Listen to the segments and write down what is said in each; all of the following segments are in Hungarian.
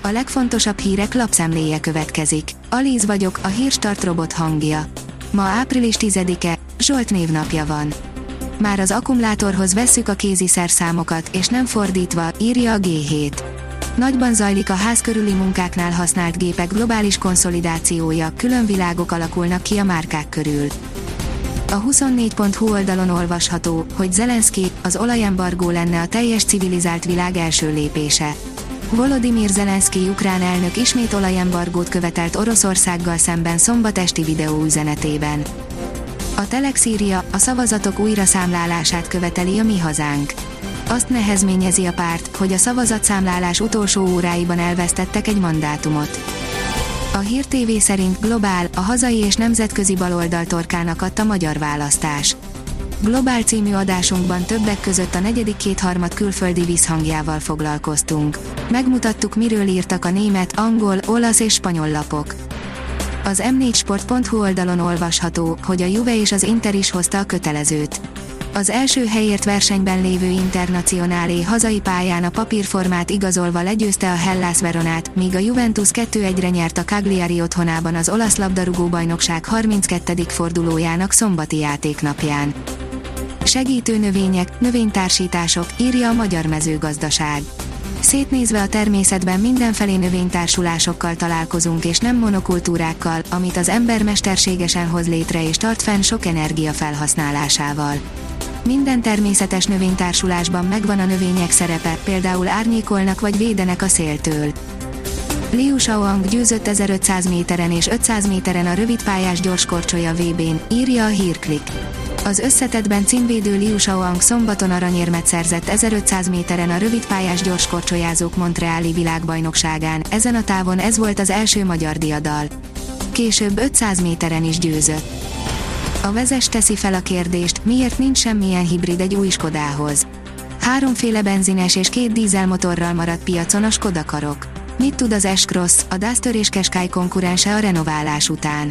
A legfontosabb hírek lapszemléje következik. Alíz vagyok, a Hírstart robot hangja. Ma április 10-e, Zsolt névnapja van. Már az akkumulátorhoz vesszük a kézi szerszámokat, és nem fordítva, írja a G7. Nagyban zajlik a ház körüli munkáknál használt gépek globális konszolidációja, külön világok alakulnak ki a márkák körül. A 24.hu oldalon olvasható, hogy Zelenszky, az olajembargó lenne a teljes civilizált világ első lépése. Volodymyr Zelenszky ukrán elnök ismét olajembargót követelt Oroszországgal szemben szombat esti videóüzenetében. A Telex írja, a szavazatok újraszámlálását követeli a Mi Hazánk. Azt nehezményezi a párt, hogy a szavazatszámlálás utolsó óráiban elvesztettek egy mandátumot. A Hír TV szerint globál, a hazai és nemzetközi baloldal torkának akadt a magyar választás. Globál című adásunkban többek között a negyedik kétharmad külföldi visszhangjával foglalkoztunk. Megmutattuk, miről írtak a német, angol, olasz és spanyol lapok. Az m4sport.hu oldalon olvasható, hogy a Juve és az Inter is hozta a kötelezőt. Az első helyért versenyben lévő Internazionale hazai pályán a papírformát igazolva legyőzte a Hellas Veronát, míg a Juventus 2-1-re nyert a Cagliari otthonában az olasz labdarúgó-bajnokság 32. fordulójának szombati játéknapján. Segítő növények, növénytársítások, írja a Magyar Mezőgazdaság. Szétnézve a természetben mindenfelé növénytársulásokkal találkozunk és nem monokultúrákkal, amit az ember mesterségesen hoz létre és tart fenn sok energia felhasználásával. Minden természetes növénytársulásban megvan a növények szerepe, például árnyékolnak vagy védenek a széltől. Liu Shaoang győzött 1500 méteren és 500 méteren a rövidpályás gyorskorcsolya VB-n, írja a Hírklik. Az összetettben címvédő Liu Shaoang szombaton aranyérmet szerzett 1500 méteren a rövidpályás gyorskorcsolyázók Montreali világbajnokságán, ezen a távon ez volt az első magyar diadal. Később 500 méteren is győzött. A Vezes teszi fel a kérdést, miért nincs semmilyen hibrid egy új Skodához. Háromféle benzines és 2 dízelmotorral maradt piacon a Skoda Karoq. Mit tud az S-Cross, a Duster és Qashqai konkurense a renoválás után?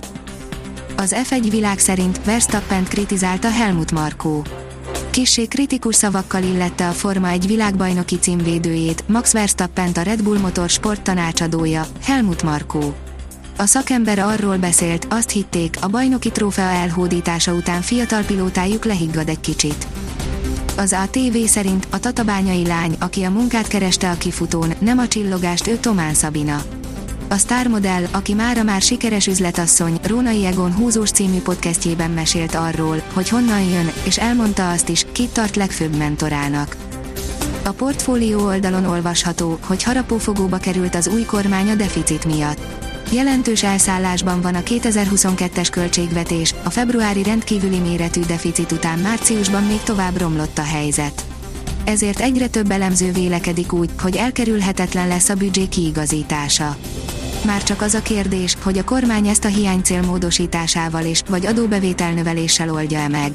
Az F1 világ szerint Verstappent kritizálta Helmut Marko. Kissé kritikus szavakkal illette a Forma 1 világbajnoki címvédőjét, Max Verstappent a Red Bull Motorsport tanácsadója, Helmut Marko. A szakember arról beszélt, azt hitték, a bajnoki trófea elhódítása után fiatal pilótájuk lehiggad egy kicsit. Az ATV szerint a tatabányai lány, aki a munkát kereste a kifutón, nem a csillogást, ő Tomán Szabina. A sztármodell, aki mára már sikeres üzletasszony, Rónai Egon húzós című podcastjében mesélt arról, hogy honnan jön, és elmondta azt is, kit tart legfőbb mentorának. A portfólió oldalon olvasható, hogy harapófogóba került az új kormány a deficit miatt. Jelentős elszállásban van a 2022-es költségvetés, a februári rendkívüli méretű deficit után márciusban még tovább romlott a helyzet. Ezért egyre több elemző vélekedik úgy, hogy elkerülhetetlen lesz a büdzsé kiigazítása. Már csak az a kérdés, hogy a kormány ezt a hiánycél módosításával és vagy adóbevételnöveléssel oldja-e meg.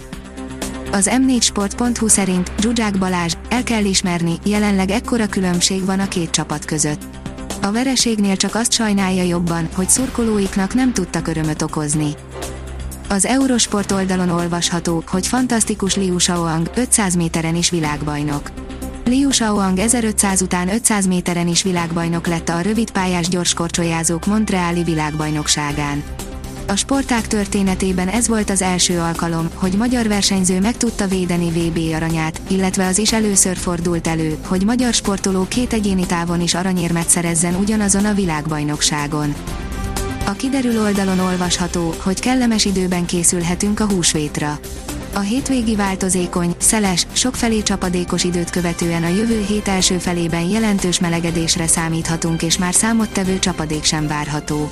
Az m4sport.hu szerint Zsuzsák Balázs, el kell ismerni, jelenleg ekkora különbség van a két csapat között. A vereségnél csak azt sajnálja jobban, hogy szurkolóiknak nem tudtak örömöt okozni. Az Eurosport oldalon olvasható, hogy fantasztikus Liu Shaoang 500 méteren is világbajnok. Liu Shaoang 1500 után 500 méteren is világbajnok lett a rövidpályás gyorskorcsolyázók Montreali világbajnokságán. A sportág történetében ez volt az első alkalom, hogy magyar versenyző meg tudta védeni VB aranyát, illetve az is először fordult elő, hogy magyar sportoló két egyéni távon is aranyérmet szerezzen ugyanazon a világbajnokságon. A kiderül oldalon olvasható, hogy kellemes időben készülhetünk a húsvétra. A hétvégi változékony, szeles, sokfelé csapadékos időt követően a jövő hét első felében jelentős melegedésre számíthatunk és már számottevő csapadék sem várható.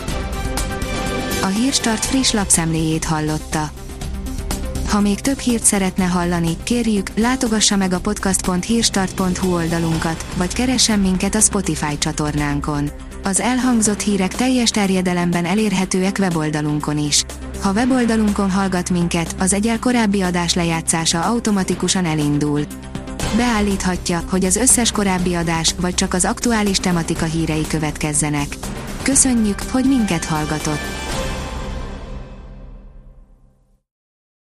A Hírstart friss lapszemléjét hallotta. Ha még több hírt szeretne hallani, kérjük, látogassa meg a podcast.hírstart.hu oldalunkat, vagy keressen minket a Spotify csatornánkon. Az elhangzott hírek teljes terjedelemben elérhetőek weboldalunkon is. Ha weboldalunkon hallgat minket, az egyel korábbi adás lejátszása automatikusan elindul. Beállíthatja, hogy az összes korábbi adás, vagy csak az aktuális tematika hírei következzenek. Köszönjük, hogy minket hallgatott!